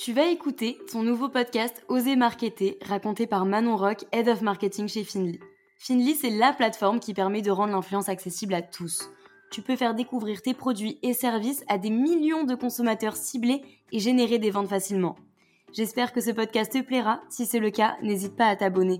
Tu vas écouter ton nouveau podcast Oser Marketer, raconté par Manon Rock, Head of Marketing chez Finly. Finly, c'est la plateforme qui permet de rendre l'influence accessible à tous. Tu peux faire découvrir tes produits et services à des millions de consommateurs ciblés et générer des ventes facilement. J'espère que ce podcast te plaira. Si c'est le cas, n'hésite pas à t'abonner.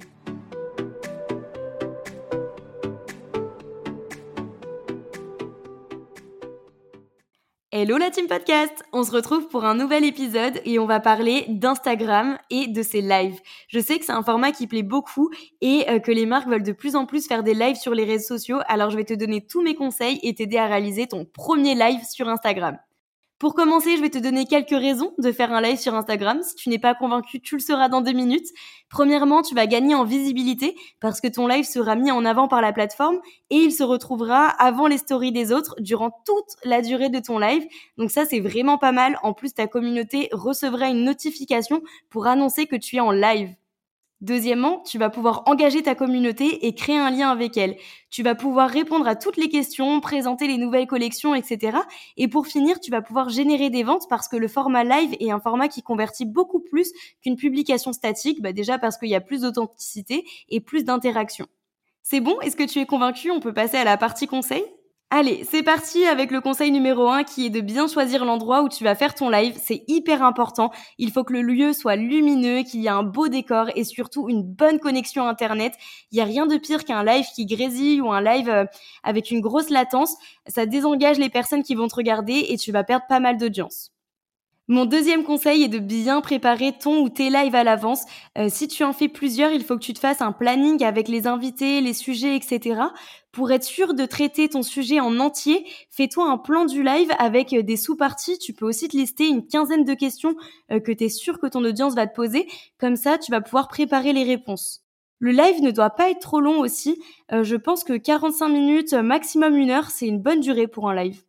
Hello la team podcast! On se retrouve pour un nouvel épisode et on va parler d'Instagram et de ses lives. Je sais que c'est un format qui plaît beaucoup et que les marques veulent de plus en plus faire des lives sur les réseaux sociaux, alors je vais te donner tous mes conseils et t'aider à réaliser ton premier live sur Instagram. Pour commencer, je vais te donner quelques raisons de faire un live sur Instagram. Si tu n'es pas convaincu, tu le seras dans 2 minutes. Premièrement, tu vas gagner en visibilité parce que ton live sera mis en avant par la plateforme et il se retrouvera avant les stories des autres durant toute la durée de ton live. Donc ça, c'est vraiment pas mal. En plus, ta communauté recevra une notification pour annoncer que tu es en live. Deuxièmement, tu vas pouvoir engager ta communauté et créer un lien avec elle. Tu vas pouvoir répondre à toutes les questions, présenter les nouvelles collections, etc. Et pour finir, tu vas pouvoir générer des ventes parce que le format live est un format qui convertit beaucoup plus qu'une publication statique, déjà parce qu'il y a plus d'authenticité et plus d'interaction. C'est bon? Est-ce que tu es convaincu? On peut passer à la partie conseil? Allez, c'est parti avec le conseil numéro 1 qui est de bien choisir l'endroit où tu vas faire ton live. C'est hyper important. Il faut que le lieu soit lumineux, qu'il y ait un beau décor et surtout une bonne connexion internet. Il n'y a rien de pire qu'un live qui grésille ou un live avec une grosse latence. Ça désengage les personnes qui vont te regarder et tu vas perdre pas mal d'audience. Mon deuxième conseil est de bien préparer ton ou tes lives à l'avance. Si tu en fais plusieurs, il faut que tu te fasses un planning avec les invités, les sujets, etc. Pour être sûr de traiter ton sujet en entier, fais-toi un plan du live avec des sous-parties. Tu peux aussi te lister une 15aine de questions que tu es sûr que ton audience va te poser. Comme ça, tu vas pouvoir préparer les réponses. Le live ne doit pas être trop long aussi. Je pense que 45 minutes, maximum 1 heure, c'est une bonne durée pour un live.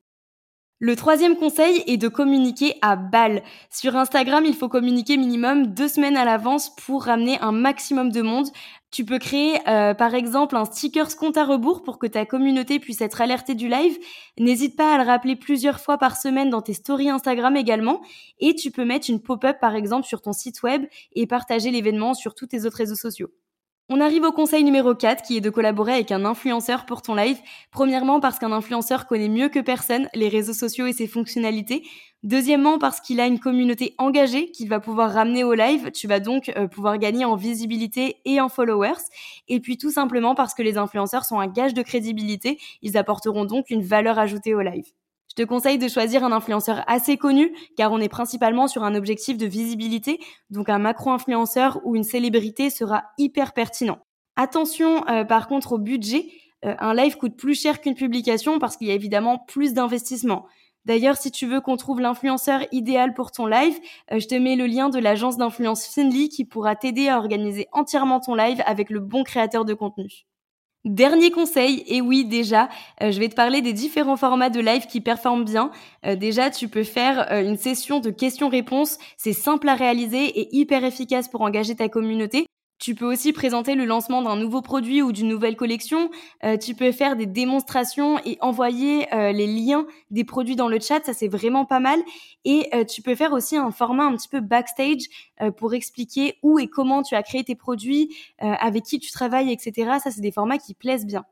Le troisième conseil est de communiquer à balle. Sur Instagram, il faut communiquer minimum 2 semaines à l'avance pour ramener un maximum de monde. Tu peux créer par exemple un sticker compte à rebours pour que ta communauté puisse être alertée du live. N'hésite pas à le rappeler plusieurs fois par semaine dans tes stories Instagram également. Et tu peux mettre une pop-up par exemple sur ton site web et partager l'événement sur tous tes autres réseaux sociaux. On arrive au conseil numéro 4 qui est de collaborer avec un influenceur pour ton live. Premièrement parce qu'un influenceur connaît mieux que personne les réseaux sociaux et ses fonctionnalités. Deuxièmement parce qu'il a une communauté engagée qu'il va pouvoir ramener au live. Tu vas donc pouvoir gagner en visibilité et en followers. Et puis tout simplement parce que les influenceurs sont un gage de crédibilité. Ils apporteront donc une valeur ajoutée au live. Je te conseille de choisir un influenceur assez connu car on est principalement sur un objectif de visibilité, donc un macro-influenceur ou une célébrité sera hyper pertinent. Attention par contre au budget, un live coûte plus cher qu'une publication parce qu'il y a évidemment plus d'investissement. D'ailleurs, si tu veux qu'on trouve l'influenceur idéal pour ton live, je te mets le lien de l'agence d'influence Finly qui pourra t'aider à organiser entièrement ton live avec le bon créateur de contenu. Dernier conseil, et oui déjà, je vais te parler des différents formats de live qui performent bien. Déjà, tu peux faire une session de questions-réponses. C'est simple à réaliser et hyper efficace pour engager ta communauté. Tu peux aussi présenter le lancement d'un nouveau produit ou d'une nouvelle collection. Tu peux faire des démonstrations et envoyer les liens des produits dans le chat. Ça, c'est vraiment pas mal. Et tu peux faire aussi un format un petit peu backstage pour expliquer où et comment tu as créé tes produits, avec qui tu travailles, etc. Ça, c'est des formats qui plaisent bien.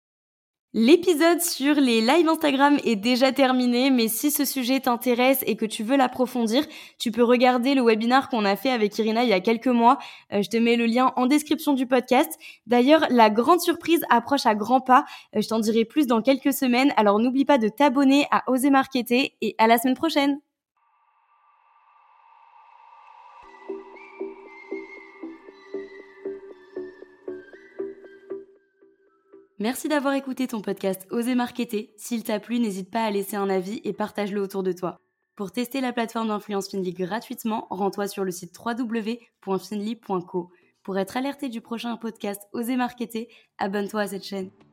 L'épisode sur les lives Instagram est déjà terminé, mais si ce sujet t'intéresse et que tu veux l'approfondir, tu peux regarder le webinaire qu'on a fait avec Irina il y a quelques mois. Je te mets le lien en description du podcast. D'ailleurs, la grande surprise approche à grands pas. Je t'en dirai plus dans quelques semaines. Alors n'oublie pas de t'abonner à Oser Marketer et à la semaine prochaine. Merci d'avoir écouté ton podcast Oser Marketer. S'il t'a plu, n'hésite pas à laisser un avis et partage-le autour de toi. Pour tester la plateforme d'influence Finly gratuitement, rends-toi sur le site www.finly.co. Pour être alerté du prochain podcast Oser Marketer, abonne-toi à cette chaîne.